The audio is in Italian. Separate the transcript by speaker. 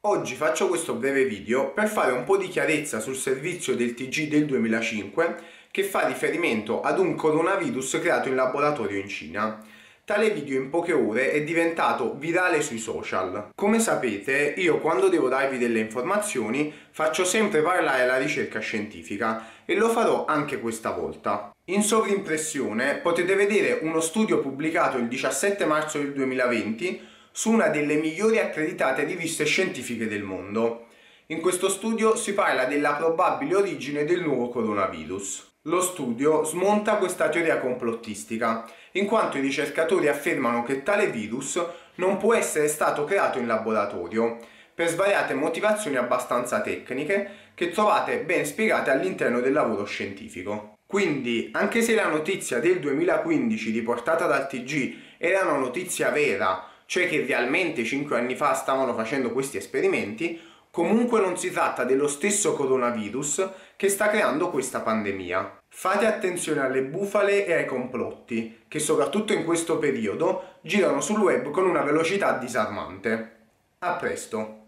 Speaker 1: Oggi faccio questo breve video per fare un po' di chiarezza sul servizio del TG del 2005 che fa riferimento ad un coronavirus creato in laboratorio in Cina. Tale video in poche ore è diventato virale sui social. Come sapete, io quando devo darvi delle informazioni faccio sempre parlare la ricerca scientifica e lo farò anche questa volta. In sovrimpressione potete vedere uno studio pubblicato il 17 marzo del 2020 su una delle migliori accreditate riviste scientifiche del mondo. In questo studio si parla della probabile origine del nuovo coronavirus. Lo studio smonta questa teoria complottistica, in quanto i ricercatori affermano che tale virus non può essere stato creato in laboratorio, per svariate motivazioni abbastanza tecniche che trovate ben spiegate all'interno del lavoro scientifico. Quindi, anche se la notizia del 2015 riportata dal TG era una notizia vera, cioè che realmente 5 anni fa stavano facendo questi esperimenti, comunque non si tratta dello stesso coronavirus che sta creando questa pandemia. Fate attenzione alle bufale e ai complotti, che soprattutto in questo periodo girano sul web con una velocità disarmante. A presto!